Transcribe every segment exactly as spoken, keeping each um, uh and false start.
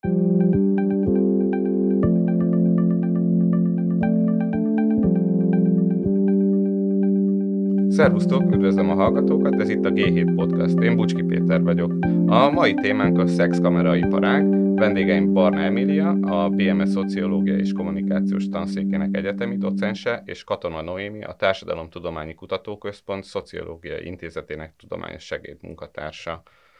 Szervusztok, üdvözlöm a hallgatókat, ez itt a gé hét Podcast, én Bucski Péter vagyok. A mai témánk a szexkamera iparág, vendégeim Barna Emília, a bé em e Szociológiai és Kommunikációs Tanszékének egyetemi docense, és Katona Noémi, a Társadalomtudományi Kutatóközpont Szociológiai Intézetének tudományos segédmunkatársa.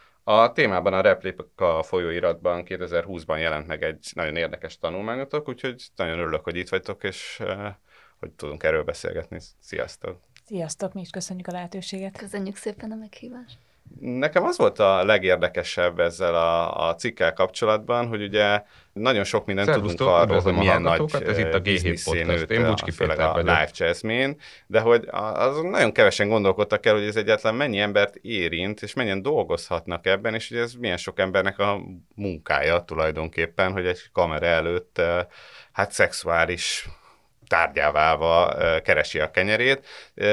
A témában a Replika folyóiratban kétezer-húszban jelent meg egy nagyon érdekes tanulmányotok, úgyhogy nagyon örülök, hogy itt vagytok, és uh, hogy tudunk erről beszélgetni. Sziasztok! Sziasztok, mi is köszönjük a lehetőséget. Köszönjük szépen a meghívást. Nekem az volt a legérdekesebb ezzel a, a cikkel kapcsolatban, hogy ugye nagyon sok mindent tudunk arról, hogy milyen nagy ez itt a gé hét Podcast, én Bucski Péter a Live Jasmine, de hogy azon nagyon kevesen gondolkodtak el, hogy ez egyáltalán mennyi embert érint, és mennyien dolgozhatnak ebben, és hogy ez milyen sok embernek a munkája tulajdonképpen, hogy egy kamera előtt hát szexuális tárgyá válva keresi a kenyerét.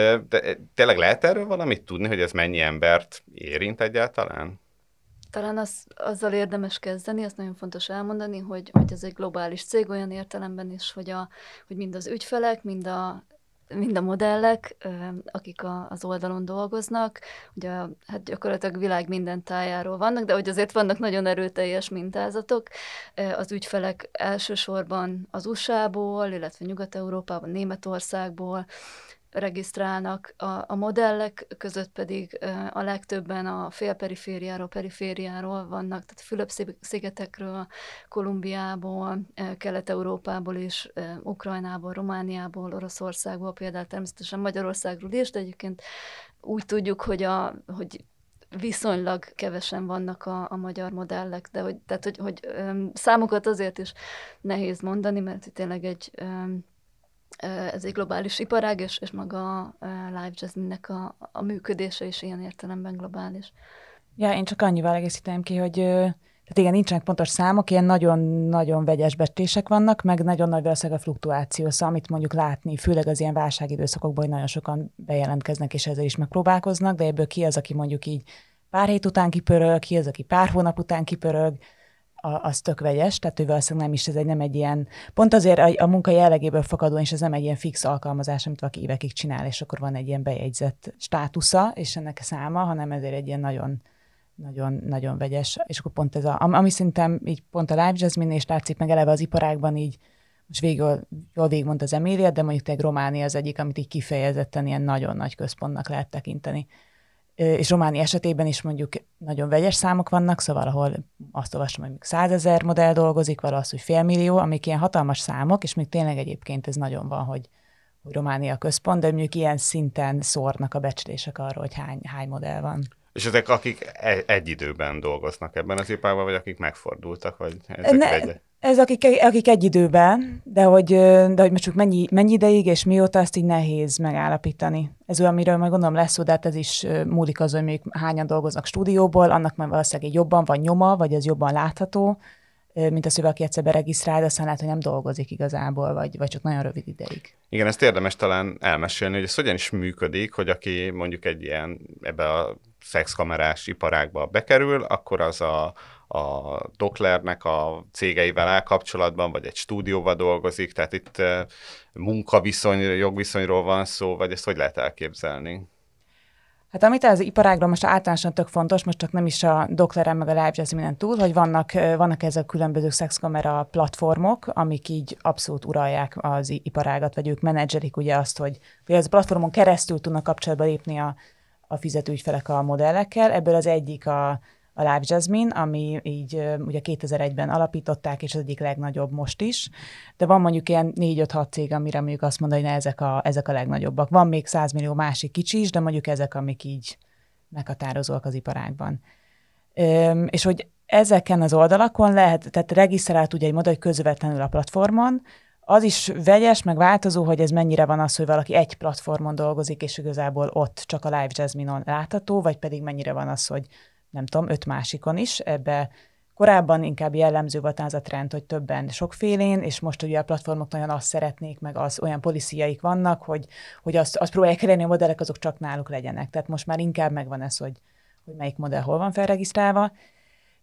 De tényleg lehet erről valamit tudni, hogy ez mennyi embert érint egyáltalán? Talán az, azzal érdemes kezdeni, azt nagyon fontos elmondani, hogy, hogy ez egy globális cég olyan értelemben is, hogy, a, hogy mind az ügyfelek, mind a mind a modellek, akik a, az oldalon dolgoznak, ugye hát gyakorlatilag világ minden tájáról vannak, de hogy azért vannak nagyon erőteljes mintázatok. Az ügyfelek elsősorban az u es á-ból, illetve Nyugat-Európában, Németországból regisztrálnak, a, a modellek között pedig a legtöbben a félperifériáról, perifériáról vannak, tehát Fülöp-szigetekről, Kolumbiából, Kelet-Európából is, Ukrajnából, Romániából, Oroszországból, például természetesen Magyarországról is, de egyébként úgy tudjuk, hogy, a, hogy viszonylag kevesen vannak a, a magyar modellek, de hogy, tehát, hogy, hogy számokat azért is nehéz mondani, mert tényleg egy ez egy globális iparág, és, és maga a Live Jasmine-nek a, a működése is ilyen értelemben globális. Ja, én csak annyival egészítem ki, hogy tehát igen, nincsenek pontos számok, ilyen nagyon-nagyon vegyes becslések vannak, meg nagyon nagy valószínűleg a fluktuáció, szóval amit mondjuk látni, főleg az ilyen válságidőszakokban, hogy nagyon sokan bejelentkeznek, és ezzel is megpróbálkoznak, de ebből ki az, aki mondjuk így pár hét után kipörög, ki az, aki pár hónap után kipörög, az tök vegyes, tehát ő valószínűleg nem is, ez egy nem egy ilyen, pont azért a, a munka jellegéből fakadóan, és ez nem egy ilyen fix alkalmazás, amit valaki évekig csinál, és akkor van egy ilyen bejegyzett státusza, és ennek a száma, hanem ezért egy ilyen nagyon, nagyon, nagyon vegyes, és akkor pont ez a, ami szerintem így pont a Live Jasmine, és látszik meg eleve az iparágban így, most végül, jól végigmondta az Emília, de mondjuk egy Románia az egyik, amit így kifejezetten ilyen nagyon nagy központnak lehet tekinteni. És Románia esetében is mondjuk nagyon vegyes számok vannak, szóval ahol azt olvasom, hogy százezer modell dolgozik, valahogy, hogy félmillió, amik ilyen hatalmas számok, és még tényleg egyébként ez nagyon van, hogy, hogy Románia központ, de mondjuk ilyen szinten szórnak a becslések arról, hogy hány, hány modell van. És ezek, akik egy időben dolgoznak ebben az iparban, vagy akik megfordultak, vagy ezek ne, egy... Ez akik, akik egy időben, de hogy, de hogy most csak mennyi, mennyi ideig és mióta, azt így nehéz megállapítani. Ez olyan, amiről majd gondolom lesz szó, de hát ez is múlik az, hogy még hányan dolgoznak stúdióból, annak már valószínűleg jobban van nyoma, vagy ez jobban látható, mint az, hogy valaki egyszer beregisztrál, de aztán lehet, hogy nem dolgozik igazából, vagy, vagy csak nagyon rövid ideig. Igen, ezt érdemes talán elmesélni, hogy ez hogyan is működik, hogy aki mondjuk egy ilyen ebbe a szexkamerás iparágba bekerül, akkor az a, a Doklernek a cégeivel elkapcsolatban, vagy egy stúdióval dolgozik, tehát itt munkaviszony, jogviszonyról van szó, vagy ezt hogy lehet elképzelni? Hát amit az iparágról most általánosan tök fontos, most csak nem is a Dokleren meg a Live Jasmine-en túl, hogy vannak, vannak ezek a különböző szexkamera platformok, amik így abszolút uralják az iparágat, vagy ők menedzserik ugye azt, hogy, hogy az a platformon keresztül tudnak kapcsolatba lépni a, a fizető ügyfelek a modellekkel. Ebből az egyik a, a Live Jasmine, ami így ugye kétezer-egyben alapították, és az egyik legnagyobb most is. De van mondjuk ilyen négy-öt-hat cég, amire mondjuk azt mondani, hogy ne, ezek, a, ezek a legnagyobbak. Van még száz millió másik kicsi is, de mondjuk ezek, amik így meghatározóak az iparágban. Üm, és hogy ezeken az oldalakon lehet, tehát regisztrált ugye egy modell közvetlenül a platformon, az is vegyes, meg változó, hogy ez mennyire van az, hogy valaki egy platformon dolgozik, és igazából ott csak a Live Jasmine-on látható, vagy pedig mennyire van az, hogy nem tudom, öt másikon is. Ebbe korábban inkább jellemző volt az a trend, hogy többen sokfélén, és most ugye a platformok nagyon azt szeretnék, meg az olyan policyjaik vannak, hogy, hogy azt, azt próbálják elérni, a modellek azok csak náluk legyenek. Tehát most már inkább megvan ez, hogy, hogy melyik modell hol van felregisztrálva.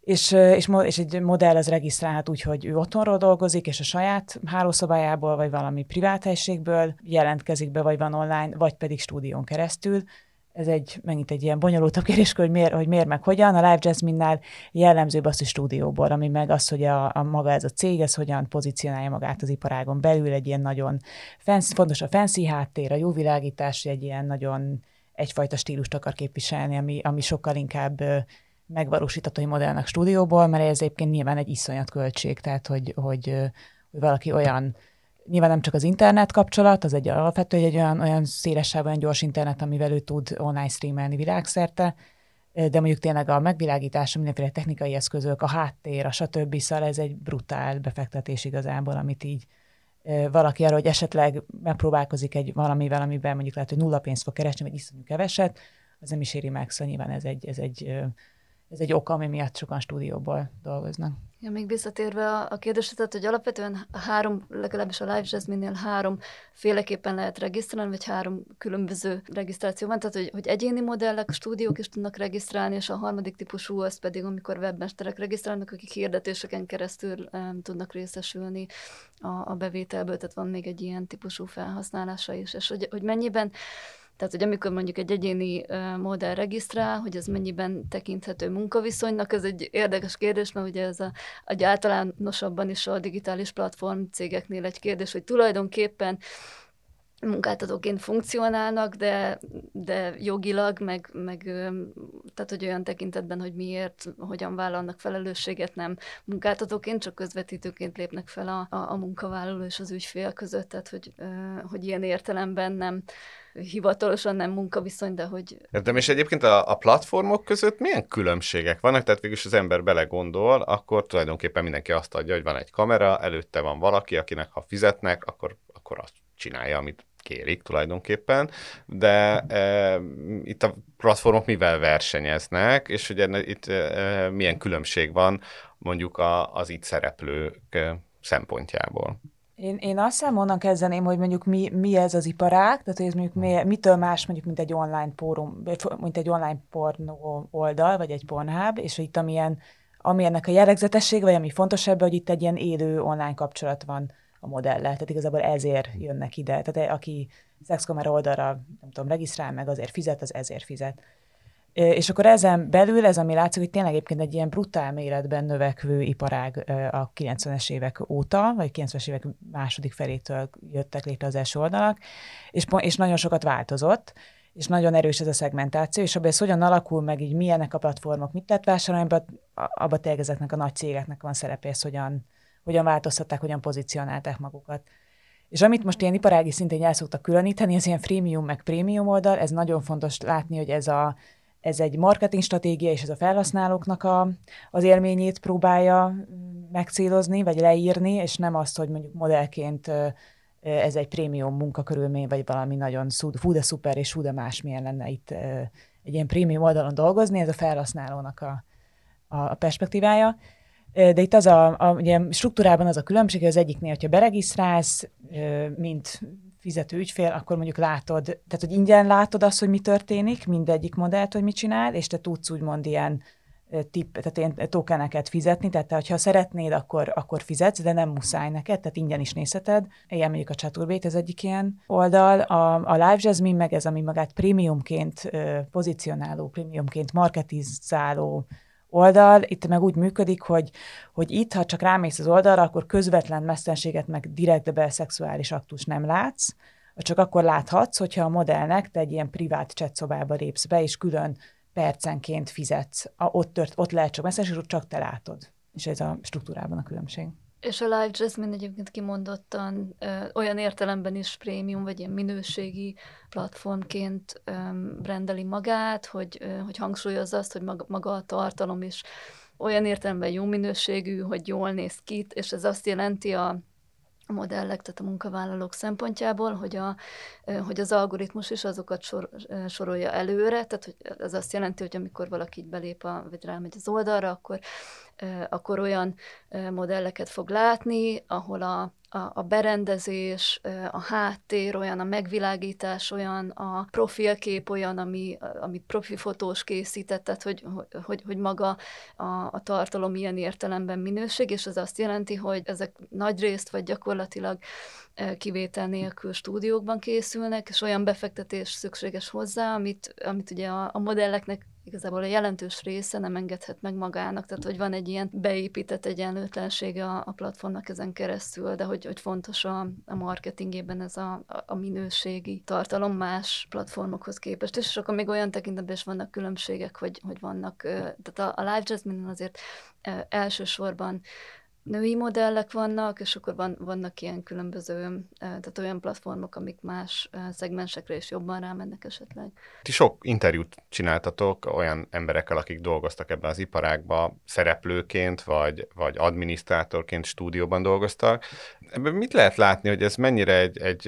És, és, és egy modell az regisztrálhat úgy, hogy ő otthonról dolgozik, és a saját hálószobájából, vagy valami privát helységből jelentkezik be, vagy van online, vagy pedig stúdión keresztül. Ez egy, megint egy ilyen bonyolultabb kérdés, hogy miért, hogy miért meg hogyan. A Live Jasmine-nál jellemzőbb az, hogy stúdióból, ami meg az, hogy a, a maga ez a cég, ez hogyan pozícionálja magát az iparágon belül, egy ilyen nagyon fancy, fontos a fancy háttér, a jó világítás, egy ilyen nagyon egyfajta stílust akar képviselni, ami, ami sokkal inkább megvalósítható modellnek stúdióból, mert ez egyébként nyilván egy iszonyat költség, tehát hogy, hogy, hogy valaki olyan, nyilván nem csak az internet kapcsolat, az egy alapvető, egy olyan, olyan szélesebb, olyan gyors internet, amivel ő tud online streamelni világszerte, de mondjuk tényleg a megvilágítása, mindenféle technikai eszközök, a háttér, a stb. Szóval ez egy brutál befektetés igazából, amit így valaki arra, hogy esetleg megpróbálkozik egy valamivel, amiben mondjuk lehet, hogy nulla pénzt fog keresni, vagy iszonyú keveset, az nem is éri meg, szóval nyilván ez egy, ez egy Ez egy ok, ami miatt sokan stúdióból dolgoznak. Ja, még visszatérve a, a kérdésre, hogy alapvetően három, legalábbis a Live Jasmine-nél három féleképpen lehet regisztrálni, vagy három különböző regisztráció van, tehát hogy, hogy egyéni modellek, stúdiók is tudnak regisztrálni, és a harmadik típusú az pedig, amikor webmesterek regisztrálnak, akik hirdetéseken keresztül um, tudnak részesülni a, a bevételből, tehát van még egy ilyen típusú felhasználása is, és hogy, hogy mennyiben. Tehát, hogy amikor mondjuk egy egyéni uh, modell regisztrál, hogy ez mennyiben tekinthető munkaviszonynak, ez egy érdekes kérdés, mert ugye ez a, egy általánosabban is a digitális platform cégeknél egy kérdés, hogy tulajdonképpen munkáltatóként funkcionálnak, de, de jogilag, meg, meg tehát, hogy olyan tekintetben, hogy miért, hogyan vállalnak felelősséget, nem munkáltatóként, csak közvetítőként lépnek fel a, a, a munkavállaló és az ügyfél között, tehát, hogy, hogy ilyen értelemben nem hivatalosan nem munkaviszony, de hogy... Értem, és egyébként a, a platformok között milyen különbségek vannak? Tehát végülis az ember belegondol, akkor tulajdonképpen mindenki azt adja, hogy van egy kamera, előtte van valaki, akinek ha fizetnek, akkor, akkor azt csinálja, amit kérik tulajdonképpen, de e, itt a platformok mivel versenyeznek, és ugye itt e, milyen különbség van mondjuk a, az itt szereplők szempontjából? Én, én azt hiszem, onnan kezdeném, hogy mondjuk mi, mi ez az iparág, tehát hogy ez mondjuk mi, mitől más mondjuk, mint egy online pórum, mint egy online pornó oldal, vagy egy Pornhub, és hogy itt amilyen, ami ennek a jellegzetesség, vagy ami fontos ebben, hogy itt egy ilyen élő online kapcsolat van a modellel, tehát igazából ezért jönnek ide. Tehát aki szexkamera oldalra, nem tudom, regisztrál meg, azért fizet, az ezért fizet. És akkor ezen belül ez, ami látszik, hogy tényleg egyébként egy ilyen brutál méretben növekvő iparág a kilencvenes évek óta, vagy kilencvenes évek második felétől jöttek létre az első oldalak, és, és nagyon sokat változott, és nagyon erős ez a szegmentáció, és abban ez hogyan alakul meg, így milyenek a platformok, mit lehet vásárolni, abban tényleg ezeknek a nagy cégeknek van szerepe, ezt hogyan, hogyan változtatták, hogyan pozícionálták magukat. És amit most ilyen iparági szintén el szoktak különíteni, az ilyen freemium meg prémium oldal, ez nagyon fontos látni, hogy ez a Ez egy marketing stratégia, és ez a felhasználóknak a, az élményét próbálja megcélozni, vagy leírni, és nem azt, hogy mondjuk modellként ez egy prémium munkakörülmény, vagy valami nagyon fú de szuper, és fú de másmilyen lenne itt egy ilyen prémium oldalon dolgozni, ez a felhasználónak a, a perspektívája. De itt az a, a ugye struktúrában az a különbség, hogy az egyiknél, hogyha beregisztrálsz, mint fizető ügyfél, akkor mondjuk látod, tehát hogy ingyen látod azt, hogy mi történik, mindegyik modellt, hogy mit csinál, és te tudsz úgymond ilyen tipp, tehát ilyen tokeneket fizetni, tehát te, ha szeretnéd, akkor, akkor fizetsz, de nem muszáj neked, tehát ingyen is nézheted. Ilyen mondjuk a Chaturbate, ez egyik ilyen oldal. A, a Live Jasmine meg ez, ami magát prémiumként pozícionáló, prémiumként marketizáló oldal, itt meg úgy működik, hogy, hogy itt, ha csak rámész az oldalra, akkor közvetlen mesztelenséget, meg direktbe szexuális aktus nem látsz, csak akkor láthatsz, hogyha a modellnek te egy ilyen privát chatszobába lépsz be, és külön percenként fizetsz. A, ott, tört, ott lehet csak mesztelenség, és ott csak te látod. És ez a struktúrában a különbség. És a Live Jasmine egyébként kimondottan ö, olyan értelemben is prémium, vagy ilyen minőségi platformként ö, brandeli magát, hogy, ö, hogy hangsúlyozza azt, hogy maga, maga a tartalom is olyan értelemben jó minőségű, hogy jól néz ki, és ez azt jelenti a a modellek, tehát a munkavállalók szempontjából, hogy, a, hogy az algoritmus is azokat sor, sorolja előre, tehát hogy ez azt jelenti, hogy amikor valaki így belép, a, vagy rámegy az oldalra, akkor, akkor olyan modelleket fog látni, ahol a, a, a berendezés, a háttér olyan, a megvilágítás olyan, a profilkép olyan, ami, amit profi fotós készített, tehát hogy, hogy, hogy maga a, a tartalom ilyen értelemben minőség, és ez azt jelenti, hogy ezek nagy részt vagy gyakorlatilag kivétel nélkül stúdiókban készülnek, és olyan befektetés szükséges hozzá, amit, amit ugye a, a modelleknek igazából a jelentős része nem engedhet meg magának, tehát hogy van egy ilyen beépített egyenlőtlensége a, a platformnak ezen keresztül, de hogy, hogy fontos a, a marketingében ez a, a minőségi tartalom más platformokhoz képest, és akkor még olyan tekintetben is vannak különbségek, hogy, hogy vannak, tehát a, a Live Jasmine azért elsősorban női modellek vannak, és akkor van, vannak ilyen különböző, tehát olyan platformok, amik más szegmensekre is jobban rámennek esetleg. Ti sok interjút csináltatok olyan emberekkel, akik dolgoztak ebben az iparágban, szereplőként, vagy, vagy adminisztrátorként stúdióban dolgoztak. Ebben mit lehet látni, hogy ez mennyire egy, egy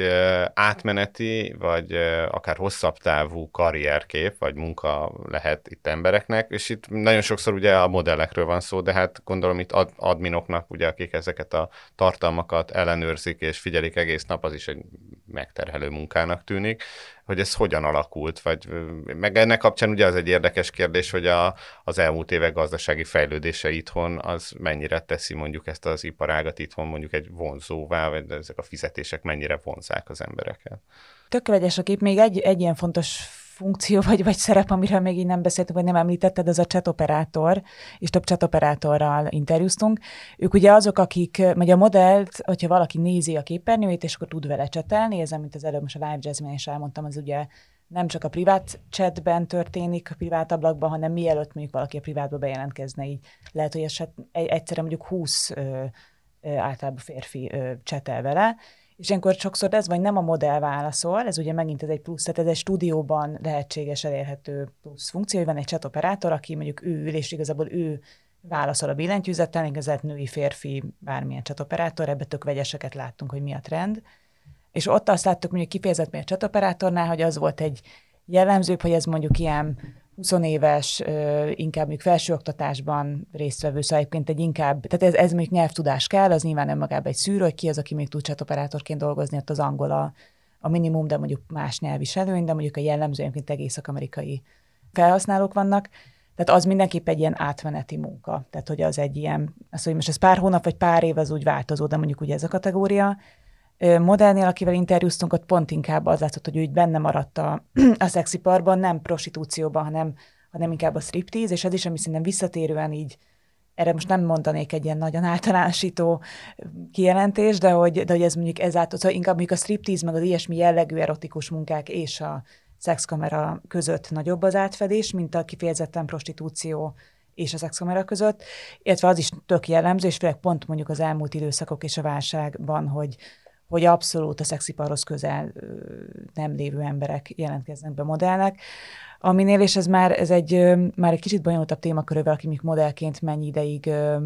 átmeneti, vagy akár hosszabb távú karrierkép, vagy munka lehet itt embereknek, és itt nagyon sokszor ugye a modellekről van szó, de hát gondolom itt ad, adminoknak, ugye, akik ezeket a tartalmakat ellenőrzik és figyelik egész nap, az is egy megterhelő munkának tűnik, hogy ez hogyan alakult, vagy meg ennek kapcsán ugye az egy érdekes kérdés, hogy a, az elmúlt évek gazdasági fejlődése itthon, az mennyire teszi mondjuk ezt az iparágat itthon mondjuk egy vonzóvá, vagy ezek a fizetések mennyire vonzák az embereket. Tök vegyes a kép, még egy, egy ilyen fontos funkció, vagy, vagy szerep, amiről még így nem beszéltünk, vagy nem említetted, az a chat operátor, és több chat operátorral interjúztunk. Ők ugye azok, akik, vagy a modellt, hogyha valaki nézi a képernyőjét, és akkor tud vele csetelni, ez, amit az előbb most a Live Jasmine is elmondtam, az ugye nem csak a privát chatben történik, a privát ablakban, hanem mielőtt mondjuk valaki a privátba bejelentkezne, így lehet, hogy eset, egyszerre mondjuk húsz ö, ö, általában férfi ö, csetel vele, és ilyenkor sokszor ez vagy nem a modell válaszol, ez ugye megint ez egy plusz, tehát ez egy stúdióban lehetséges elérhető plusz funkció, hogy van egy chat operátor, aki mondjuk ő ül, és igazából ő válaszol a billentyűzetten, igazán női, férfi, bármilyen chat operátor, ebbe tök vegyeseket láttunk, hogy mi a trend. És ott azt láttuk mondjuk kifejezetten a chat operátornál, hogy az volt egy jellemzőbb, hogy ez mondjuk ilyen húsz éves, inkább mondjuk felsőoktatásban résztvevő, szóval egyébként egy inkább, tehát ez, ez mondjuk nyelvtudás kell, az nyilván önmagában egy szűrő, hogy ki az, aki még tud chat operátorként dolgozni, ott az angol a, a minimum, de mondjuk más nyelv is előny, de mondjuk a jellemző, egyébként egész amerikai felhasználók vannak. Tehát az mindenképp egy ilyen átmeneti munka. Tehát, hogy az egy ilyen, az, hogy most ez pár hónap vagy pár év, az úgy változó, de mondjuk ugye ez a kategória. Modellnél, akivel interjúztunk, ott pont inkább az látszott, hogy ő így benne maradt a, a szexiparban, nem prostitúcióban, hanem, hanem inkább a striptease, és ez is, ami szerintem visszatérően így, erre most nem mondanék egy ilyen nagyon általánosító kijelentés, de hogy, de hogy ez mondjuk ezáltal, szóval inkább mondjuk a striptease, meg az ilyesmi jellegű erotikus munkák és a szexkamera között nagyobb az átfedés, mint a kifejezetten prostitúció és a szexkamera között, illetve az is tök jellemző, és főleg pont mondjuk az elmúlt időszakok és a válságban, hogy hogy abszolút a szexiparhoz közel nem lévő emberek jelentkeznek be modellnek. Aminél, és ez már, ez egy, már egy kicsit bonyolultabb témakörövel, aki még modellként mennyi ideig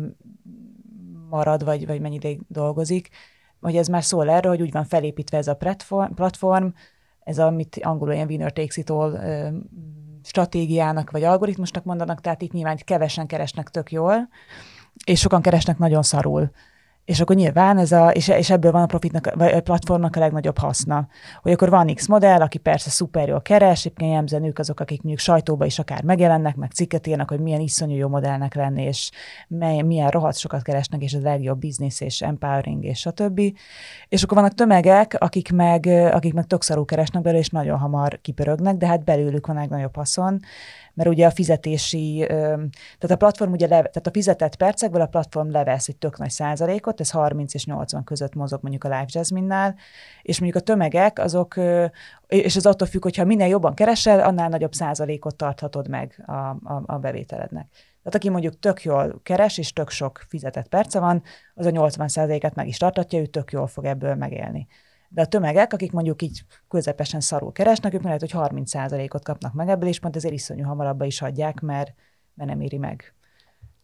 marad, vagy, vagy mennyi ideig dolgozik, hogy ez már szól erről, hogy úgy van felépítve ez a platform, platform ez amit angolul ilyen winner takes it all stratégiának, vagy algoritmusnak mondanak, tehát itt nyilván kevesen keresnek tök jól, és sokan keresnek nagyon szarul. És akkor nyilván ez a, és, és ebből van a profitnak, vagy a platformnak a legnagyobb haszna. Hogy akkor van X modell, aki persze szuper jól keres, éppen jellemzően ők azok, akik mondjuk sajtóba is akár megjelennek, meg cikket írnak, hogy milyen iszonyú jó modellnek lenni, és mely, milyen rohadt sokat keresnek, és ez a legjobb biznisz, és empowering, és stb. És akkor vannak tömegek, akik meg, akik meg tök szarul keresnek belőle, és nagyon hamar kipörögnek, de hát belőlük van egy nagyobb haszon, mert ugye a fizetési, tehát a platform ugye, le, tehát a fizetett percekből a platform levesz egy tök nagy százalékot, ez harminc és nyolcvan között mozog mondjuk a Live Jasmine-nál, és mondjuk a tömegek azok, és ez attól függ, hogyha minél jobban keresel, annál nagyobb százalékot tarthatod meg a, a, a bevételednek. Tehát aki mondjuk tök jól keres, és tök sok fizetett perce van, az a nyolcvan százalékot meg is tartatja, ő tök jól fog ebből megélni. De a tömegek, akik mondjuk így közepesen szarul keresnek, ők lehet, hogy harminc százalékot kapnak meg ebből, és pont ezért iszonyú hamarabb is hagyják, mert, mert nem éri meg.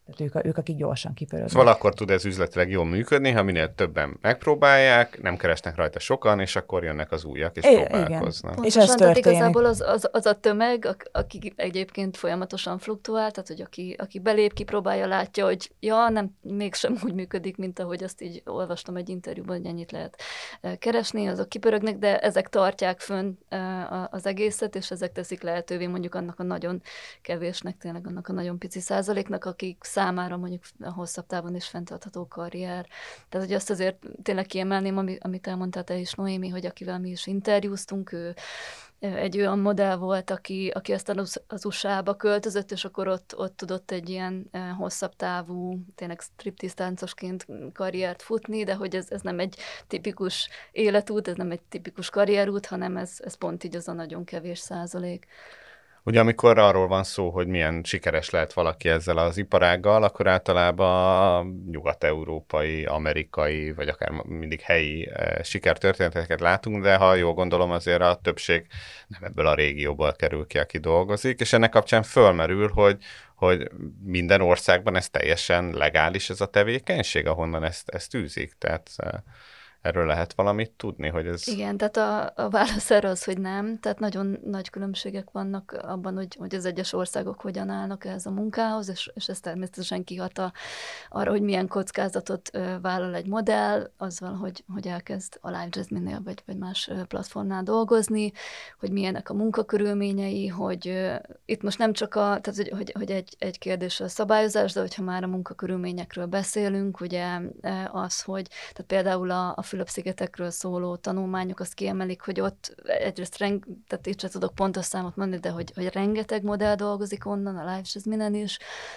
Tehát ők, ők akik gyorsan kipörögnek. Szóval akkor tud ez üzletileg jól működni, ha minél többen megpróbálják, nem keresnek rajta sokan, és akkor jönnek az újak, és I- próbálkoznak. Igen. És ez történik. Igazából az, az, az a tömeg, aki egyébként folyamatosan fluktuál, tehát hogy aki, aki belép, kipróbálja, látja, hogy ja, nem, mégsem úgy működik, mint ahogy azt így olvastam egy interjúban, hogy ennyit lehet keresni, azok kipörögnek, de ezek tartják fönn az egészet, és ezek teszik lehetővé mondjuk annak a nagyon kevésnek, tényleg annak a nagyon pici százaléknak, akik számára mondjuk a hosszabb távon is fenntartható karrier. Tehát, hogy azt azért tényleg kiemelném, amit elmondtál te is, Noémi, hogy akivel mi is interjúztunk, ő egy olyan modell volt, aki, aki aztán az u es á-ba költözött, és akkor ott, ott tudott egy ilyen hosszabb távú, tényleg striptease táncosként karriert futni, de hogy ez, ez nem egy tipikus életút, ez nem egy tipikus karrierút, hanem ez, ez pont így az a nagyon kevés százalék. Ugye amikor arról van szó, hogy milyen sikeres lehet valaki ezzel az iparággal, akkor általában nyugat-európai, amerikai, vagy akár mindig helyi eh, sikertörténeteket látunk, de ha jól gondolom, azért a többség nem ebből a régióból kerül ki, aki dolgozik, és ennek kapcsán fölmerül, hogy, hogy minden országban ez teljesen legális ez a tevékenység, ahonnan ezt, ezt űzik. Tehát eh, erről lehet valamit tudni, hogy ez... Igen, tehát a, a válasz erre az, hogy nem. Tehát nagyon nagy különbségek vannak abban, hogy, hogy az egyes országok hogyan állnak ehhez a munkához, és, és ez természetesen kihat a, arra, hogy milyen kockázatot ö, vállal egy modell, azzal, hogy, hogy elkezd a Live Jasmine-nél vagy, vagy más platformnál dolgozni, hogy milyenek a munkakörülményei, hogy ö, itt most nem csak a, tehát hogy, hogy, hogy egy, egy kérdés a szabályozás, de hogyha már a munkakörülményekről beszélünk, ugye az, hogy tehát például a, a Fülöp-szigetekről szóló tanulmányok azt kiemelik, hogy ott egyrészt, reng, tehát itt sem tudok pontos számot mondani, de hogy, hogy rengeteg modell dolgozik onnan, a Live Jasmine-en is,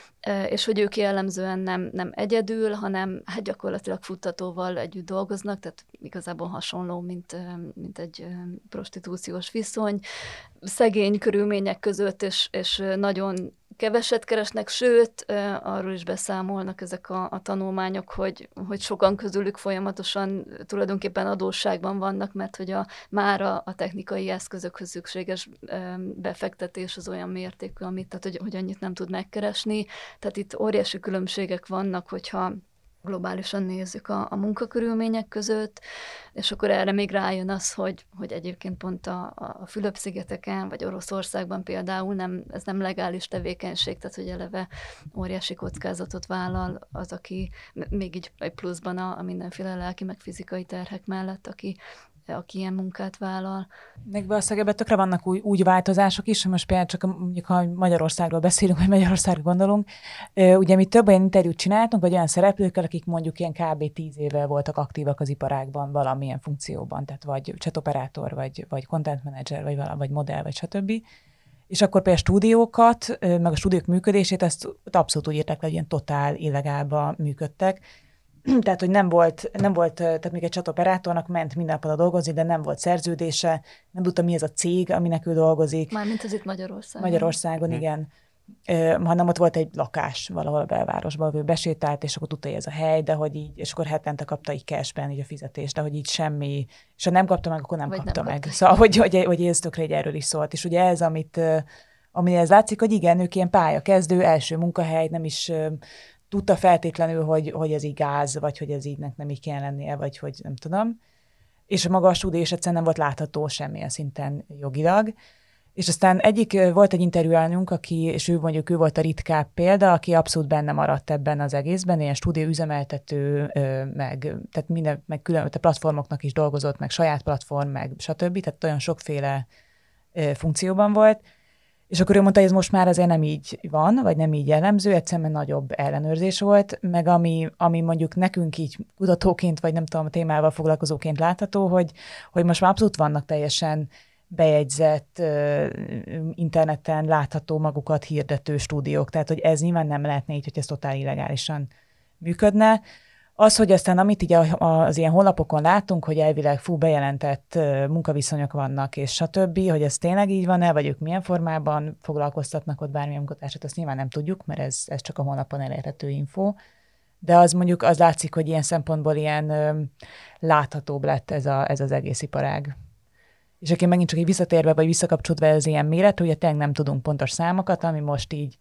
és hogy ők jellemzően nem, nem egyedül, hanem hát gyakorlatilag futtatóval együtt dolgoznak, tehát igazából hasonló, mint, mint egy prostitúciós viszony, szegény körülmények között, és, és nagyon keveset keresnek, sőt, arról is beszámolnak ezek a, a tanulmányok, hogy, hogy sokan közülük folyamatosan tulajdonképpen adósságban vannak, mert hogy a, már a, a technikai eszközökhöz szükséges befektetés az olyan mértékű, amit, tehát hogy, hogy annyit nem tud megkeresni. Tehát itt óriási különbségek vannak, hogyha globálisan nézzük a, a munkakörülmények között, és akkor erre még rájön az, hogy, hogy egyébként pont a, a Fülöp-szigeteken, vagy Oroszországban például nem, ez nem legális tevékenység, tehát hogy eleve óriási kockázatot vállal az, aki még így pluszban a, a mindenféle lelki meg fizikai terhek mellett, aki aki ilyen munkát vállal. Meg valószínűleg tökre vannak új, úgy változások is, most például csak mondjuk, ha Magyarországról beszélünk, vagy Magyarországra gondolunk, ugye mi több olyan interjút csináltunk, vagy olyan szereplőkkel, akik mondjuk ilyen kb. tíz éve voltak aktívak az iparágban valamilyen funkcióban, tehát vagy chatoperátor, vagy, vagy content manager, vagy, vagy modell, vagy stb. És akkor például stúdiókat, meg a stúdiók működését, ezt abszolút úgy írták le, hogy ilyen totál illegálba működtek. Tehát, hogy nem volt, nem volt, tehát még egy csatoperátornak ment minden napon dolgozni, de nem volt szerződése, nem tudta, mi ez a cég, aminek ő dolgozik. Mármint az itt Magyarországon. Magyarországon, hmm. igen. Uh, hanem ott volt egy lakás valahol a belvárosban, ahol ő besétált, és akkor tudta, hogy ez a hely, de hogy így, és akkor hetente kapta így cashben így a fizetést, de hogy így semmi, és ha nem kapta meg, akkor nem Vagy kapta nem meg. Kapta. Szóval, hogy, hogy, hogy ez tökre egy erről is szólt. És ugye ez, amit, ami ez látszik, hogy igen, ők ilyen pályakezdő, első munkahely, nem is tudta feltétlenül, hogy, hogy ez így gáz, vagy hogy ez így nem így kell lennie, vagy hogy nem tudom. És a maga a stúdió is egyszerűen nem volt látható semmilyen szinten jogilag. És aztán egyik, volt egy interjúálnunk, aki, és ő mondjuk ő volt a ritkább példa, aki abszolút benne maradt ebben az egészben, ilyen stúdió üzemeltető, meg, tehát minden, meg külön, platformoknak is dolgozott, meg saját platform, meg stb. Tehát olyan sokféle funkcióban volt. És akkor ő mondta, hogy ez most már azért nem így van, vagy nem így jellemző, egyszerűen nagyobb ellenőrzés volt, meg ami, ami mondjuk nekünk így kutatóként, vagy nem tudom, a témával foglalkozóként látható, hogy, hogy most már abszolút vannak teljesen bejegyzett, uh, interneten látható magukat hirdető stúdiók, tehát hogy ez nyilván nem lehetne így, hogy ez totál illegálisan működne. Az, hogy aztán amit így az ilyen honlapokon látunk, hogy elvileg fú, bejelentett munkaviszonyok vannak, és stb., hogy ez tényleg így van-e, vagy ők milyen formában foglalkoztatnak ott bármilyen munkatársat, azt nyilván nem tudjuk, mert ez, ez csak a honlapon elérhető info. De az mondjuk az látszik, hogy ilyen szempontból ilyen ö, láthatóbb lett ez, a, ez az egész iparág. És aki megint csak így visszatérve, vagy visszakapcsolódva ez ilyen méret, ugye tényleg nem tudunk pontos számokat, ami most így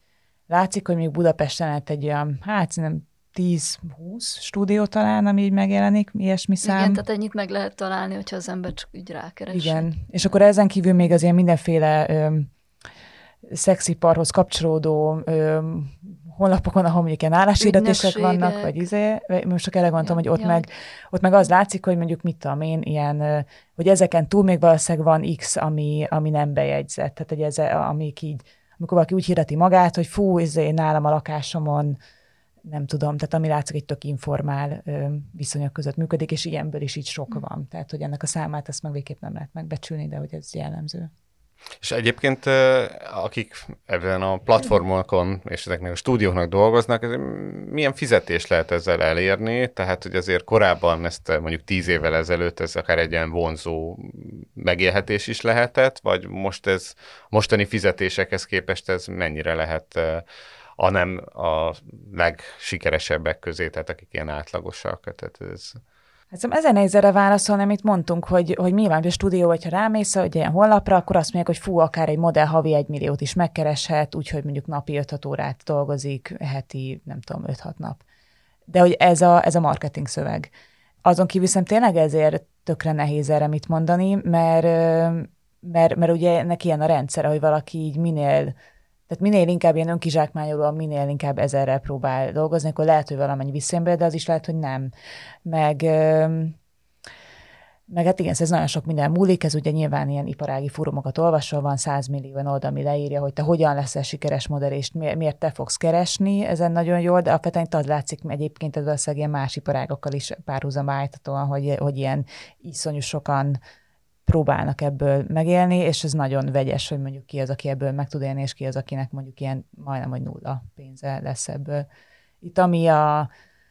látszik, hogy még Budapesten lett egy olyan, hát szerintem tíz-húsz stúdió talán, ami így megjelenik, ilyesmi szám. Igen, tehát ennyit meg lehet találni, hogyha az ember csak úgy rákeres. Igen, és akkor ezen kívül még az ilyen mindenféle ö, szexiparhoz kapcsolódó ö, honlapokon, ahol mondjuk ilyen álláshirdetések vannak, vagy izé, most csak erre gondoltam, ja, hogy ott, ja. meg, ott meg az látszik, hogy mondjuk mit tudom én, ilyen, hogy ezeken túl még valószínűleg van X, ami, ami nem bejegyzett, tehát hogy ez, amik így, amikor valaki úgy hirdeti magát, hogy fú, izé, nálam a lakásomon, nem tudom, tehát ami látszik, egy tök informál ö, viszonyok között működik, és ilyenből is így sok van. Tehát, hogy ennek a számát ezt meg végképp nem lehet megbecsülni, de hogy ez jellemző. És egyébként akik ebben a platformokon és ezeknek a stúdióknak dolgoznak, milyen fizetést lehet ezzel elérni? Tehát, hogy azért korábban ezt mondjuk tíz évvel ezelőtt ez akár egy ilyen vonzó megélhetés is lehetett, vagy most ez mostani fizetésekhez képest ez mennyire lehet a nem a legsikeresebbek közé, tehát akik ilyen átlagosak? Tehát ez... Hát szóval ezen nehéz erre válaszolni, amit mondtunk, hogy, hogy nyilván, hogy a stúdió, hogyha rámész egy ilyen honlapra, akkor azt mondják, hogy fú, akár egy modell havi egy milliót is megkereshet, úgyhogy mondjuk napi öt-hat órát dolgozik, heti, nem tudom, öt-hat nap. De hogy ez a, ez a marketing szöveg. Azon kívül szerintem tényleg ezért tökre nehéz erre mit mondani, mert, mert, mert ugye ennek ilyen a rendszer, hogy valaki így minél, tehát minél inkább ilyen önkizsákmányolóan, minél inkább ezerrel próbál dolgozni, akkor lehet, hogy valamennyi visszajön, de az is lehet, hogy nem. Meg, meg hát igen, ez nagyon sok minden múlik, ez ugye nyilván ilyen iparági fórumokat olvasol, van száz millió oldal, ami leírja, hogy te hogyan leszel sikeres modell, és miért te fogsz keresni, ezen nagyon jól, de alapvetően az látszik egyébként, ez valószínűleg ilyen más iparágokkal is párhuzamba állítatóan, hogy, hogy ilyen iszonyú sokan próbálnak ebből megélni, és ez nagyon vegyes, hogy mondjuk ki az, aki ebből meg tud élni, és ki az, akinek mondjuk ilyen majdnem, hogy nulla pénze lesz ebből. Itt ami, a,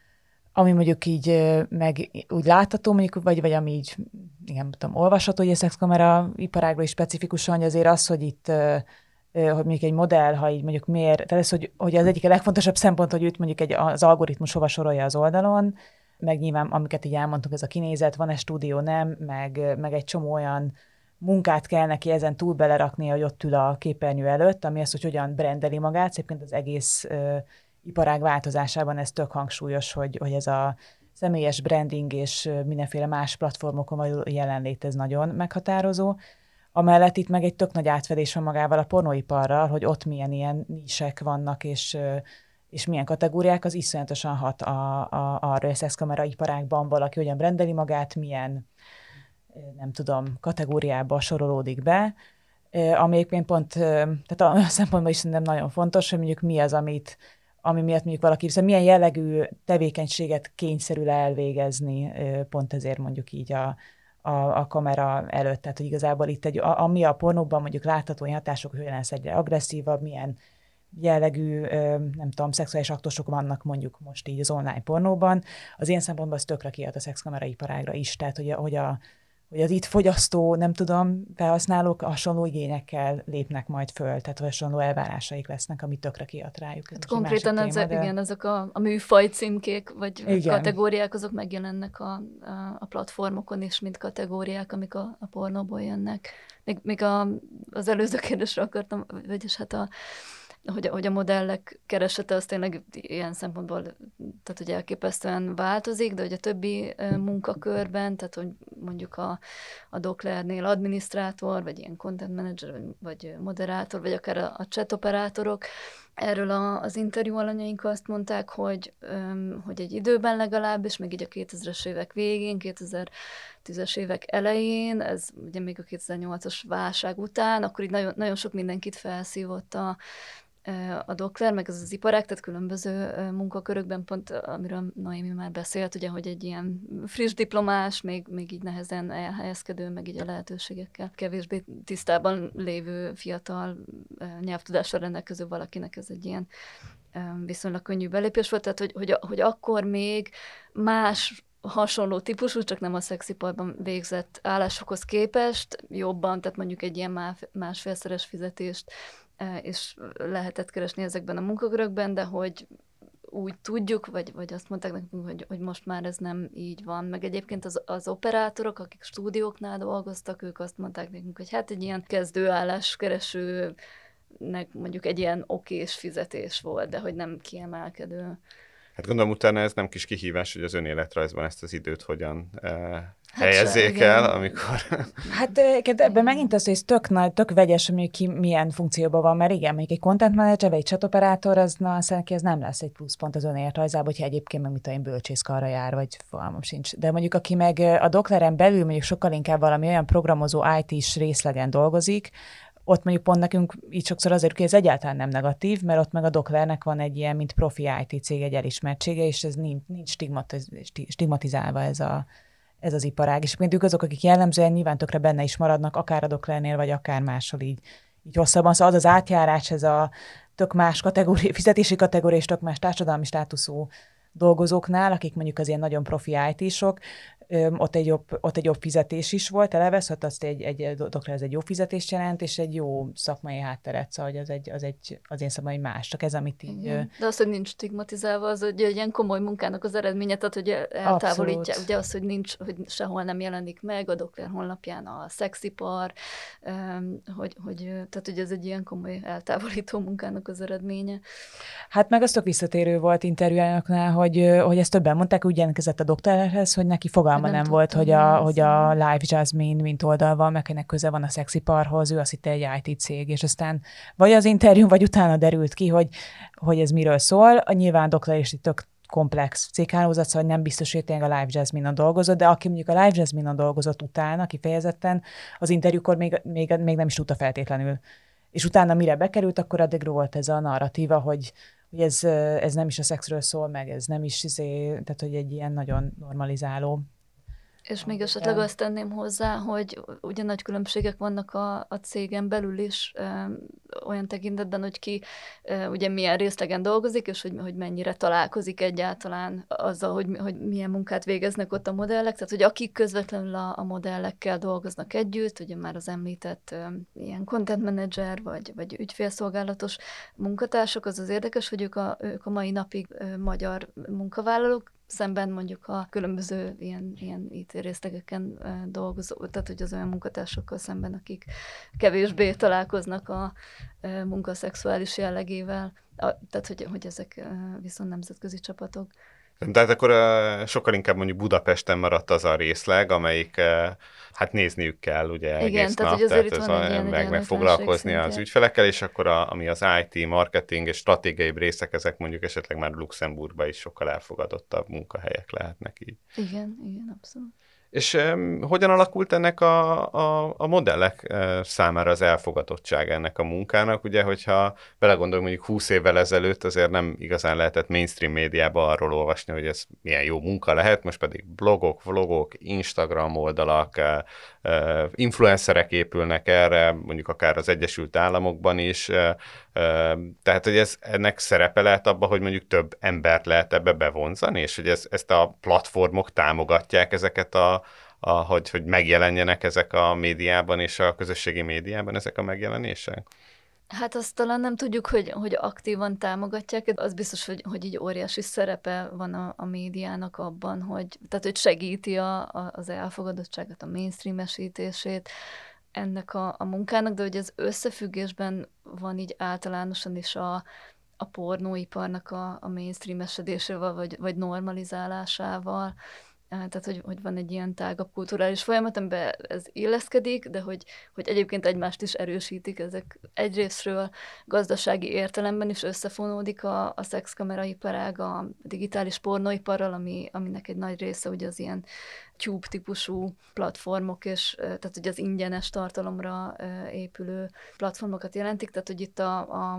ami mondjuk így meg úgy látható, mondjuk, vagy, vagy ami így, igen, tudom, olvasható, hogy a szexkamera iparágról is specifikusan, hogy azért az, hogy itt hogy mondjuk egy modell, ha így mondjuk miért, tehát ez, hogy, hogy az egyik a legfontosabb szempont, hogy őt mondjuk egy, az algoritmus hova sorolja az oldalon, meg nyilván, amiket így elmondtunk, ez a kinézet, van-e stúdió, nem, meg, meg egy csomó olyan munkát kell neki ezen túl belerakni, hogy ott ül a képernyő előtt, ami az, hogy hogyan brandeli magát. Egyébként az egész uh, iparág változásában ez tök hangsúlyos, hogy, hogy ez a személyes branding és mindenféle más platformokon való jelenlét ez nagyon meghatározó. Amellett itt meg egy tök nagy átfedés van magával a pornóiparral, hogy ott milyen ilyen nisek vannak, és és milyen kategóriák, az iszonyatosan hat a, a, arra, hogy a szexkamera iparágban valaki hogyan brandeli magát, milyen, nem tudom, kategóriába sorolódik be, ami egyébként pont, tehát a szempontból is szerintem nagyon fontos, hogy mondjuk mi az, amit, ami miatt mondjuk valaki, szóval milyen jellegű tevékenységet kényszerül elvégezni, pont ezért mondjuk így a, a, a kamera előtt. Tehát, hogy igazából itt egy, a, ami a pornóban mondjuk látható hatások, hogy olyan lesz egyre agresszívabb, milyen jellegű, nem tudom, szexuális aktusok vannak mondjuk most így az online pornóban. Az én szempontból az tökre kiad a szexkamera iparágra is, tehát hogy, a, hogy, a, hogy az itt fogyasztó, nem tudom, felhasználók hasonló igényekkel lépnek majd föl, tehát hasonló elvárásaik lesznek, ami tökre kiad rájuk. Hát konkrétan ez, téma, de... igen, azok a, a műfaj címkék, vagy igen. kategóriák, azok megjelennek a, a, a platformokon is, mint kategóriák, amik a, a pornóból jönnek. Még, még a, az előző kérdésre akartam, vagyis hát a Hogy, hogy a modellek keresete az tényleg ilyen szempontból, tehát hogy elképesztően változik, de hogy a többi munkakörben, tehát hogy mondjuk a, a Doklernél adminisztrátor, vagy ilyen content manager, vagy, vagy moderátor, vagy akár a, a chat operátorok, erről a, az interjú alanyaink azt mondták, hogy, öm, hogy egy időben legalábbis, még így a kétezres évek végén, kétezer-tízes évek elején, ez ugye még a kétezer-nyolcas válság után, akkor így nagyon, nagyon sok mindenkit felszívott a a Dokler, meg ez az iparág, tehát különböző munkakörökben, pont amiről Noémi már beszélt, ugye, hogy egy ilyen friss diplomás, még, még így nehezen elhelyezkedő, meg így a lehetőségekkel kevésbé tisztában lévő fiatal nyelvtudással rendelkező valakinek ez egy ilyen viszonylag könnyű belépés volt, tehát hogy, hogy, hogy akkor még más hasonló típusú, csak nem a szexiparban végzett állásokhoz képest jobban, tehát mondjuk egy ilyen másfélszeres fizetést és lehetett keresni ezekben a munkakörökben, de hogy úgy tudjuk, vagy, vagy azt mondták nekünk, hogy, hogy most már ez nem így van. Meg egyébként az, az operátorok, akik stúdióknál dolgoztak, ők azt mondták nekünk, hogy hát egy ilyen kezdőálláskereső nek mondjuk egy ilyen okés fizetés volt, de hogy nem kiemelkedő. Hát gondolom utána ez nem kis kihívás, hogy az önéletrajzban ezt az időt hogyan eh, Hát helyezzék se, el, igen. amikor... Hát ebben megint az, hogy ez tök nagy, tök vegyes, hogy ki milyen funkcióban van, mert igen, mondjuk egy content manager, vagy egy chat operátor, az, na, neki ez nem lesz egy pluszpont az önéletrajzában, hogyha egyébként meg mit tudom én bölcsészkarra jár, vagy fogalmam sincs. De mondjuk aki meg a Docleren belül mondjuk sokkal inkább valami olyan programozó í té-s részlegen dolgozik, ott mondjuk pont nekünk így sokszor azért, hogy ez egyáltalán nem negatív, mert ott meg a Doclernek van egy ilyen, mint profi í té cég egy elismertsége, és ez nincs, nincs stigmatiz, stigmatizálva ez, a, ez az iparág. És mondjuk azok, akik jellemzően nyilván tökre benne is maradnak, akár a Doclernél, vagy akár máshol így, így hosszabban. Szóval az az átjárás, ez a tök más kategória, fizetési kategória és tök más társadalmi státuszú dolgozóknál, akik mondjuk az ilyen nagyon profi í té-sok, ott egy, jobb, ott egy jobb fizetés is volt, eleve, szóval azt egy, egy doktor, ez egy jó fizetést jelent, és egy jó szakmai hátteret, szóval az egy, az egy, az én szakmai más, csak ez, amit így... Igen. De az, hogy nincs stigmatizálva, az egy, egy ilyen komoly munkának az eredménye, tehát hogy eltávolítják, Abszolút. ugye az, hogy nincs, hogy sehol nem jelenik meg a Docler honlapján a szexipar, hogy, hogy, tehát hogy ez egy ilyen komoly eltávolító munkának az eredménye. Hát meg az tök visszatérő volt interjújánknál, hogy, hogy ezt többen mondták, úgy jelentkezett a doktorhez, hogy neki fogalma nem, nem volt, hogy a, hogy a Live Jasmine, mint oldal van, meg ennek köze van a szexiparhoz, ő azt hitte egy í té cég, és aztán vagy az interjú, vagy utána derült ki, hogy, hogy ez miről szól. A nyilván Docler is tök komplex céghálózat, szóval nem biztos, hogy tényleg a Live Jasmine-on dolgozott, de aki mondjuk a Live Jasmine-on dolgozott utána, kifejezetten, az interjúkor még, még, még nem is tudta feltétlenül. És utána mire bekerült, akkor addig volt ez a narratíva, hogy hogy ez, ez nem is a szexről szól, meg ez nem is, izé, tehát hogy egy ilyen nagyon normalizáló. És még esetleg azt tenném hozzá, hogy ugye nagy különbségek vannak a, a cégen belül is ö, olyan tekintetben, hogy ki ö, ugye milyen részlegen dolgozik, és hogy, hogy mennyire találkozik egyáltalán azzal, hogy, hogy milyen munkát végeznek ott a modellek. Tehát, hogy akik közvetlenül a, a modellekkel dolgoznak együtt, ugye már az említett ö, ilyen content manager, vagy, vagy ügyfélszolgálatos munkatársak, az az érdekes, hogy ők a, ők a mai napig ö, magyar munkavállalók, szemben mondjuk a különböző ilyen, ilyen í té részlegeken dolgozó, tehát hogy az olyan munkatársakkal szemben, akik kevésbé találkoznak a munka szexuális jellegével, a, tehát hogy, hogy ezek viszont nemzetközi csapatok. Tehát akkor uh, sokkal inkább mondjuk Budapesten maradt az a részleg, amelyik uh, hát nézniük kell ugye igen, egész tehát, nap, hogy tehát itt ez van a, egy ilyen meg, meg foglalkozni az ügyfelekkel, és akkor a, ami az í té, marketing és stratégiai részek, ezek mondjuk esetleg már Luxemburgban is sokkal elfogadottabb munkahelyek lehetnek így. Igen, igen, abszolút. És um, hogyan alakult ennek a, a, a modellek uh, számára az elfogadottság ennek a munkának? Ugye, hogyha belegondolunk, mondjuk húsz évvel ezelőtt azért nem igazán lehetett mainstream médiában arról olvasni, hogy ez milyen jó munka lehet, most pedig blogok, vlogok, Instagram oldalak, uh, uh, influencerek épülnek erre, mondjuk akár az Egyesült Államokban is, uh, uh, tehát, hogy ez ennek szerepe lehet abban, hogy mondjuk több embert lehet ebbe bevonzani, és hogy ez, ezt a platformok támogatják ezeket a A, hogy, hogy megjelenjenek ezek a médiában és a közösségi médiában ezek a megjelenések? Hát azt talán nem tudjuk, hogy, hogy aktívan támogatják, az biztos, hogy, hogy így óriási szerepe van a, a médiának abban, hogy, tehát, hogy segíti a, a, az elfogadottságot, a mainstreamesítését ennek a, a munkának, de hogy ez összefüggésben van így általánosan is a, a pornóiparnak a, a mainstreamesedésével, vagy, vagy normalizálásával. Tehát, hogy, hogy van egy ilyen tágabb kulturális folyamat, amiben ez illeszkedik, de hogy, hogy egyébként egymást is erősítik, ezek egyrésztről gazdasági értelemben is összefonódik a, a szexkameraiparág a digitális pornóiparral, ami, aminek egy nagy része ugye az ilyen tube-típusú platformok, és tehát hogy az ingyenes tartalomra épülő platformokat jelentik, tehát hogy itt a, a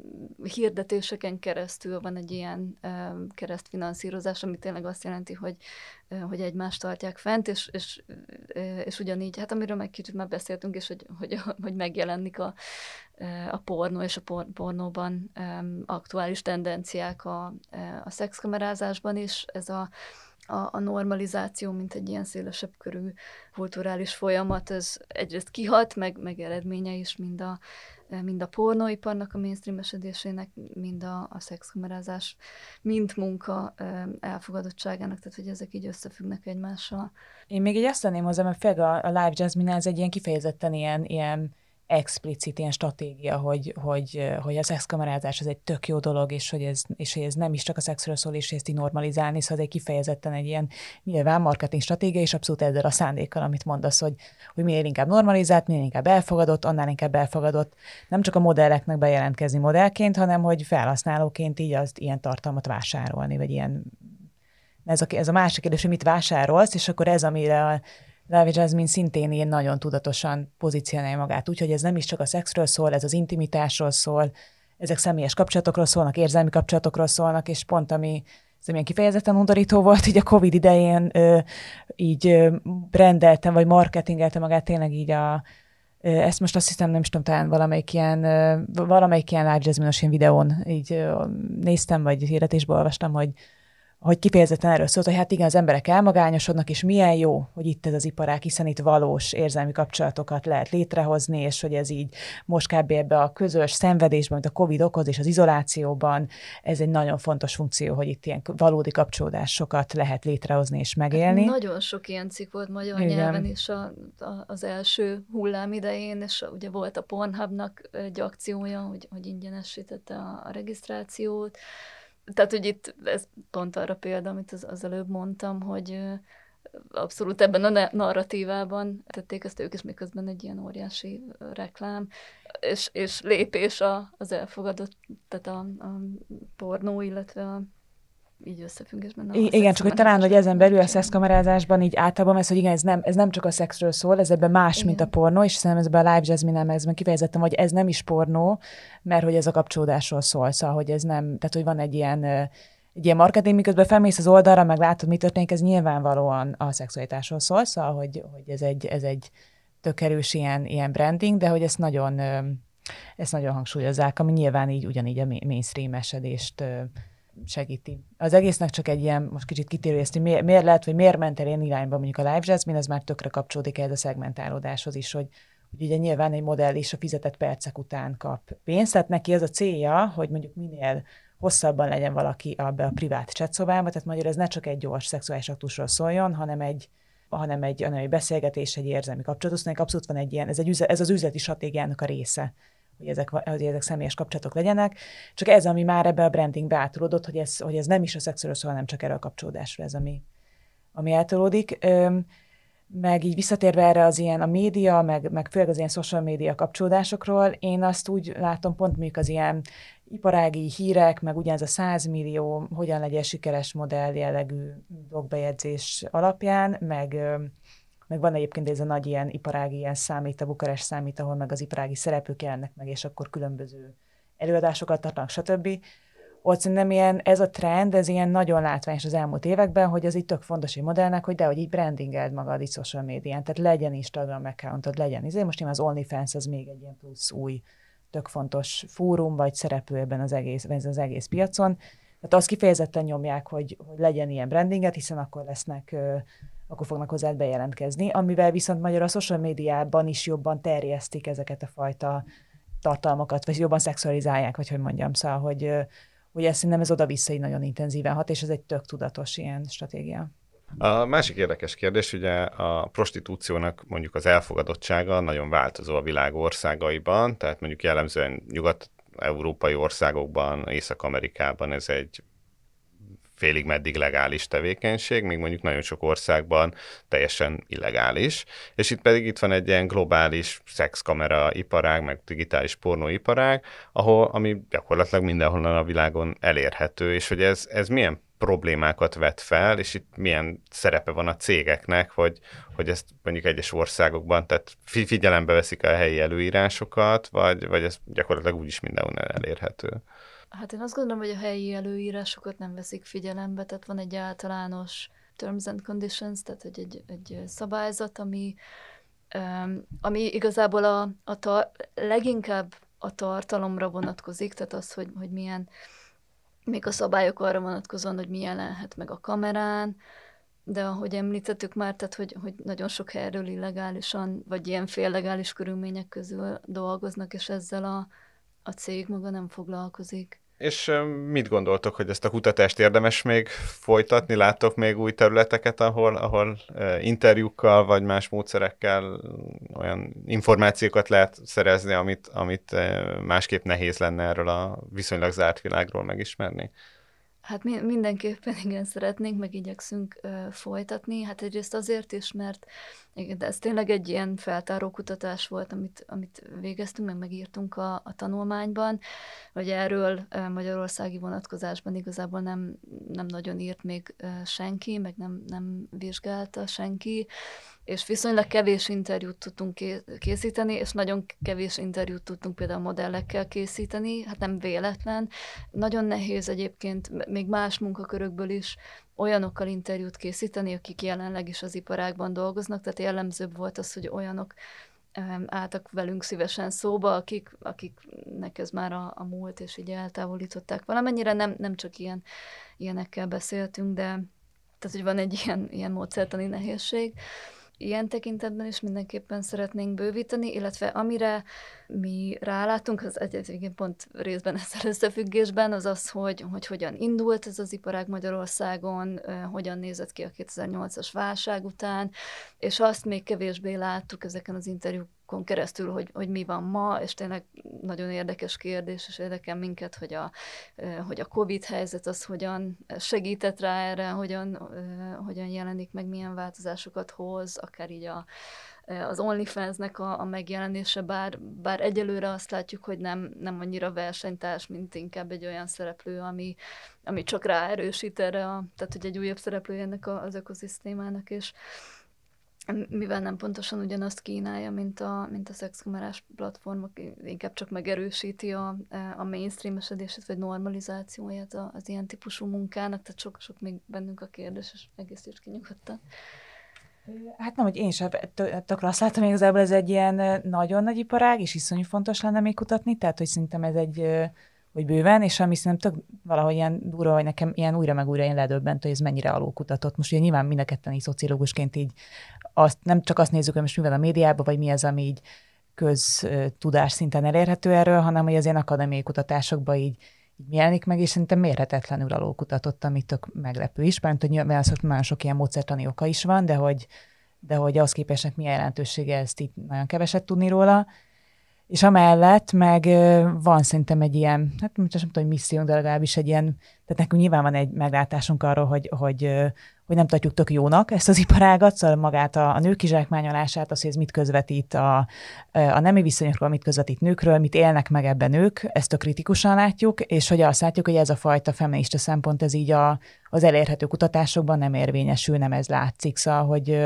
hirdetéseken keresztül van egy ilyen keresztfinanszírozás, ami tényleg azt jelenti, hogy hogy egymást tartják fent, és, és, és ugyanígy, hát amiről meg kicsit már beszéltünk, és hogy, hogy, hogy megjelenik a, a pornó és a por, pornóban um, aktuális tendenciák a, a szexkamerázásban is, ez a, a, a normalizáció, mint egy ilyen szélesebb körű kulturális folyamat, ez egyrészt kihat, meg, meg eredménye is mind a mind a pornóiparnak a mainstreamesedésének, mind a, a szexkamerázás, mint munka elfogadottságának, tehát hogy ezek így összefüggnek egymással. Én még így azt tenném hozzá, mert főleg a, a Live Jasmine ez egy ilyen kifejezetten ilyen, ilyen explicit ilyen stratégia, hogy, hogy, hogy a szexkamerázás az egy tök jó dolog, és hogy ez, és hogy ez nem is csak a szexről szól, és ezt így normalizálni, szóval ez egy kifejezetten egy ilyen nyilván marketing stratégia, és abszolút ezzel a szándékkal, amit mondasz, hogy, hogy minél inkább normalizált, minél inkább elfogadott, annál inkább elfogadott, nem csak a modelleknek bejelentkezni modellként, hanem hogy felhasználóként így azt ilyen tartalmat vásárolni, vagy ilyen ez a, ez a másik kérdés, hogy mit vásárolsz, és akkor ez, amire a Live Jasmine szintén ilyen nagyon tudatosan pozícionálja magát, úgyhogy ez nem is csak a szexről szól, ez az intimitásról szól, ezek személyes kapcsolatokról szólnak, érzelmi kapcsolatokról szólnak, és pont ami ilyen kifejezetten undorító volt, így a Covid idején ö, így ö, rendeltem, vagy marketingeltem magát tényleg így a, ö, ezt most azt hiszem, nem is tudom, talán valamelyik ilyen, ö, valamelyik ilyen Live Jasmine-os ilyen videón így ö, néztem, vagy hirdetésből olvastam, hogy hogy kifejezetten erről szólt, hogy hát igen, az emberek elmagányosodnak, és milyen jó, hogy itt ez az iparág, hiszen itt valós érzelmi kapcsolatokat lehet létrehozni, és hogy ez így most kb. Ebbe a közös szenvedésben, amit a Covid okoz, és az izolációban, ez egy nagyon fontos funkció, hogy itt ilyen valódi kapcsolódásokat lehet létrehozni és megélni. Nagyon sok ilyen cikk volt magyar igen. nyelven is a, a, az első hullám idején, és ugye volt a Pornhubnak egy akciója, hogy, hogy ingyenesítette a, a regisztrációt. Tehát, hogy itt ez pont arra példa, amit az, az előbb mondtam, hogy abszolút ebben a narratívában tették ezt ők is, miközben egy ilyen óriási reklám, és, és lépés a, az elfogadott, tehát a, a pornó, illetve a így összefüggésben. I- igen, csak hogy talán, hogy ezen belül a szexkamerázásban így általában ez, hogy igen, ez nem, ez nem csak a szexről szól, ez ebben más, igen. mint a pornó, és szerintem ezben a Live Jasmine-nel ezben kifejezettem, hogy ez nem is pornó, mert hogy ez a kapcsolódásról szól, szóval, hogy ez nem, tehát hogy van egy ilyen, egy ilyen marketing, miközben felmész az oldalra, meg látod, mi történik, ez nyilvánvalóan a szexualitásról szól, szóval, hogy, hogy ez egy, ez egy tök erős ilyen, ilyen branding, de hogy ezt nagyon, ezt nagyon hangsúlyozzák, ami nyilván így ugyanígy a mainstream-esedést segíti. Az egésznek csak egy ilyen, most kicsit kitérő ezt, hogy miért, miért lehet, vagy miért ment el ilyen irányba mondjuk a Live Jasmine, ez már tökre kapcsolódik ez a szegmentálódáshoz is, hogy, hogy ugye nyilván egy modell is a fizetett percek után kap pénzt, tehát neki az a célja, hogy mondjuk minél hosszabban legyen valaki abba a privát chatszobába, tehát magyarul ez ne csak egy gyors szexuális aktusról szóljon, hanem egy, hanem egy, hanem egy beszélgetés, egy érzelmi kapcsolatos, szóval abszolút van egy ilyen, ez, egy, ez az üzleti stratégiának a része, hogy ezek, hogy ezek személyes kapcsolatok legyenek. Csak ez, ami már ebbe a brandingbe átolódott, hogy ez, hogy ez nem is a szexről szól, hanem csak erre a kapcsolódásra, ez, ami, ami átolódik. Öm, meg így visszatérve erre az ilyen a média, meg, meg főleg az ilyen social média kapcsolódásokról, én azt úgy látom, pont mondjuk az ilyen iparági hírek, meg ugyanez a száz millió, hogyan legyen sikeres modell jellegű blogbejegyzés alapján, meg meg van egyébként ez a nagy ilyen iparági ilyen számít, a Bukarest számít, ahol meg az iparági szereplők jelennek meg, és akkor különböző előadásokat tartanak, stb. Ott szerintem ilyen, ez a trend, ez ilyen nagyon látványos az elmúlt években, hogy az így tök fontos egy modellnek, hogy de, hogy így brandingeld magad így social médián, tehát legyen Instagram accountod, legyen. Ezért most én az OnlyFans az még egy ilyen plusz új, tök fontos fórum, vagy szereplő ebben az egész, ebben az egész piacon. Tehát azt kifejezetten nyomják, hogy, hogy legyen ilyen brandinget, hiszen akkor lesznek akkor fognak hozzád bejelentkezni, amivel viszont magyar a social médiában is jobban terjesztik ezeket a fajta tartalmakat, vagy jobban szexualizálják, vagy hogy mondjam, szóval, hogy, hogy ezt szerintem ez oda-vissza így nagyon intenzíven hat, és ez egy tök tudatos ilyen stratégia. A másik érdekes kérdés, ugye a prostitúciónak mondjuk az elfogadottsága nagyon változó a világ országaiban, tehát mondjuk jellemzően nyugat-európai országokban, Észak-Amerikában ez egy félig meddig legális tevékenység, míg mondjuk nagyon sok országban teljesen illegális. És itt pedig itt van egy ilyen globális szexkamera iparág, meg digitális pornóiparág, ahol, ami gyakorlatilag mindenhonnan a világon elérhető, és hogy ez, ez milyen problémákat vet fel, és itt milyen szerepe van a cégeknek, hogy, hogy ezt mondjuk egyes országokban, tehát figyelembe veszik a helyi előírásokat, vagy, vagy ez gyakorlatilag úgyis mindenhonnan elérhető. Hát én azt gondolom, hogy a helyi előírásokat nem veszik figyelembe, tehát van egy általános terms and conditions, tehát egy, egy, egy szabályzat, ami, um, ami igazából a, a tar- leginkább a tartalomra vonatkozik, tehát az, hogy, hogy milyen, még a szabályok arra vonatkozóan, hogy mi jelenhet meg a kamerán, de ahogy említettük már, tehát hogy, hogy nagyon sok helyről illegálisan, vagy ilyen féllegális körülmények közül dolgoznak, és ezzel a, a cég maga nem foglalkozik. És mit gondoltok, hogy ezt a kutatást érdemes még folytatni? Láttok még új területeket, ahol, ahol interjúkkal vagy más módszerekkel olyan információkat lehet szerezni, amit, amit másképp nehéz lenne erről a viszonylag zárt világról megismerni? Hát mi, mindenképpen igen szeretnénk, meg igyekszünk ö, folytatni. Hát egyrészt azért is, mert igen, de ez tényleg egy ilyen feltáró kutatás volt, amit, amit végeztünk, meg megírtunk a, a tanulmányban, hogy erről ö, magyarországi vonatkozásban igazából nem, nem nagyon írt még ö, senki, meg nem, nem vizsgálta senki, és viszonylag kevés interjút tudtunk készíteni, és nagyon kevés interjút tudtunk például modellekkel készíteni, hát nem véletlen. Nagyon nehéz egyébként még más munkakörökből is olyanokkal interjút készíteni, akik jelenleg is az iparágban dolgoznak, tehát jellemzőbb volt az, hogy olyanok um, álltak velünk szívesen szóba, akik, akiknek ez már a, a múlt, és így eltávolították. Valamennyire nem, nem csak ilyen, ilyenekkel beszéltünk, de tehát, hogy van egy ilyen, ilyen módszertani nehézség. Ilyen tekintetben is mindenképpen szeretnénk bővíteni, illetve amire mi rálátunk, az egyébként pont részben ezzel összefüggésben, az az, hogy, hogy hogyan indult ez az iparág Magyarországon, hogyan nézett ki a kétezer-nyolcas válság után, és azt még kevésbé láttuk ezeken az interjúkon keresztül, hogy, hogy mi van ma, és tényleg nagyon érdekes kérdés, és érdekel minket, hogy a, hogy a Covid helyzet az hogyan segített rá erre, hogyan, hogyan jelenik meg, milyen változásokat hoz, akár így a, az OnlyFans-nek a, a megjelenése, bár, bár egyelőre azt látjuk, hogy nem, nem annyira versenytárs, mint inkább egy olyan szereplő, ami, ami csak ráerősít erre, a, tehát hogy egy újabb szereplő ennek a, az ökoszisztémának, és mivel nem pontosan ugyanazt kínálja, mint a, mint a szexkamerás platformok, inkább csak megerősíti a, a mainstreamesedését, vagy normalizációját az ilyen típusú munkának, tehát sok-sok még bennünk a kérdés, és egészíts ki nyugodtan. Hát nem, hogy én sem tökre azt látom, hogy igazából ez egy ilyen nagyon nagy iparág, és iszonyú fontos lenne még kutatni, tehát hogy szerintem ez egy, hogy bőven, és ami szerintem tök valahogy ilyen durva, hogy nekem ilyen újra meg újra én ledöbbent, hogy ez mennyire alulkutatott. Most ugye nyilván mind a ketten így szociológusként így azt, nem csak azt nézzük, hogy most mi van a médiában, vagy mi az, ami így köztudás szinten elérhető erről, hanem hogy az ilyen akadémiai kutatásokban így így jelenik meg, és szerintem mérhetetlenül alulkutatott, ami tök meglepő is, mert hogy nyilván nagyon sok ilyen módszertani oka is van, de hogy, de hogy ahhoz képest milyen jelentősége, ezt így nagyon keveset tudni róla. És amellett meg van szerintem egy ilyen, hát most nem tudom, hogy missziónk, de legalábbis egy ilyen, tehát nekünk nyilván van egy meglátásunk arról, hogy, hogy, hogy nem tartjuk tök jónak ezt az iparágat, szóval magát a, a nők kizsákmányolását, az, hogy ez mit közvetít a, a nemi viszonyokról, mit közvetít nőkről, mit élnek meg ebben nők, ezt tök kritikusan látjuk, és hogy azt látjuk, hogy ez a fajta feminista szempont, ez így a, az elérhető kutatásokban nem érvényesül, nem ez látszik, szóval, hogy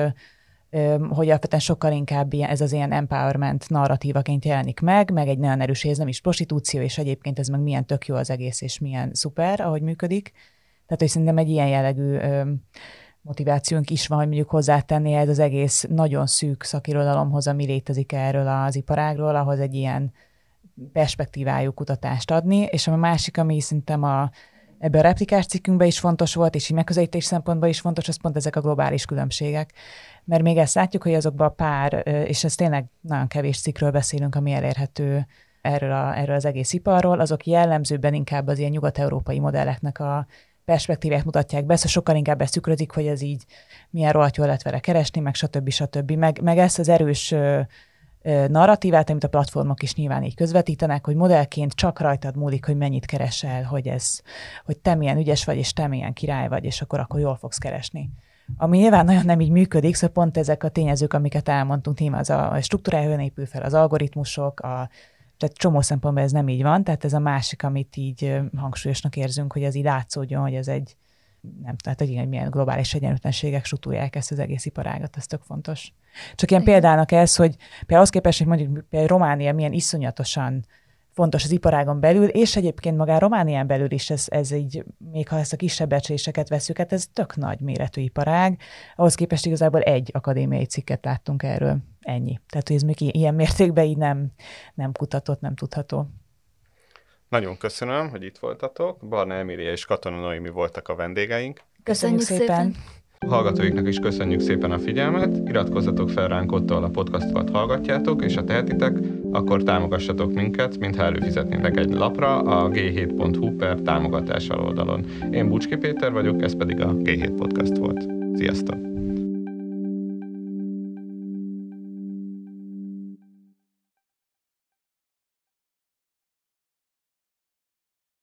hogy alapvetően sokkal inkább ilyen, ez az ilyen empowerment narratívaként jelenik meg, meg egy nagyon erős, ez nem is prostitúció, és egyébként ez meg milyen tök jó az egész, és milyen szuper, ahogy működik. Tehát, hogy szerintem egy ilyen jellegű ö, motivációnk is van, hogy mondjuk hozzátenni ez az egész nagyon szűk szakirodalomhoz, ami létezik erről az iparágról, ahhoz egy ilyen perspektívájú kutatást adni, és a másik, ami szerintem a ebben a replikás cikkünkben is fontos volt, és így megközelítés szempontból is fontos, az pont ezek a globális különbségek. Mert még ezt látjuk, hogy azokban a pár, és ez tényleg nagyon kevés cikkről beszélünk, ami elérhető erről, a, erről az egész iparról, azok jellemzőben inkább az ilyen nyugat-európai modelleknek a perspektívát mutatják be, szóval sokkal inkább ezt tükrözik, hogy ez így milyen rohadt jól lehet vele keresni, meg stb. stb. Meg, meg ezt az erős narratívát, amit a platformok is nyilván így közvetítenek, hogy modellként csak rajtad múlik, hogy mennyit keresel, hogy, ez, hogy te milyen ügyes vagy, és te milyen király vagy, és akkor, akkor jól fogsz keresni. Ami nyilván nagyon nem így működik, szóval pont ezek a tényezők, amiket elmondtunk, nyilván az a struktúrája épül fel, az algoritmusok, a, tehát csomó szempontból ez nem így van, tehát ez a másik, amit így hangsúlyosnak érzünk, hogy ez így látszódjon, hogy ez egy, nem tehát hogy igen, milyen globális egyenlőtlenségek sutulják ezt az egész iparágat, ez tök fontos. Csak ilyen igen. Példának ez, hogy például az képest, hogy mondjuk például Románia milyen iszonyatosan fontos az iparágon belül, és egyébként magán Románián belül is ez, ez így, még ha ezt a kisebb becsléseket veszük, hát ez tök nagy méretű iparág. Ahhoz képest igazából egy akadémiai cikket láttunk erről. Ennyi. Tehát, hogy ez még ilyen mértékben így nem, nem kutatott, nem tudható. Nagyon köszönöm, hogy itt voltatok. Barna Emília és Katona Noémi voltak a vendégeink. Köszönjük, Köszönjük szépen! szépen. Hallgatóiknak is köszönjük szépen a figyelmet, iratkozzatok fel ránk ott, ahol a podcastokat hallgatjátok, és ha tehetitek, akkor támogassatok minket, mintha előfizetnétek egy lapra a gé hét pont hu per támogatás oldalon. Én Bucski Péter vagyok, ez pedig a gé hét Podcast volt. Sziasztok!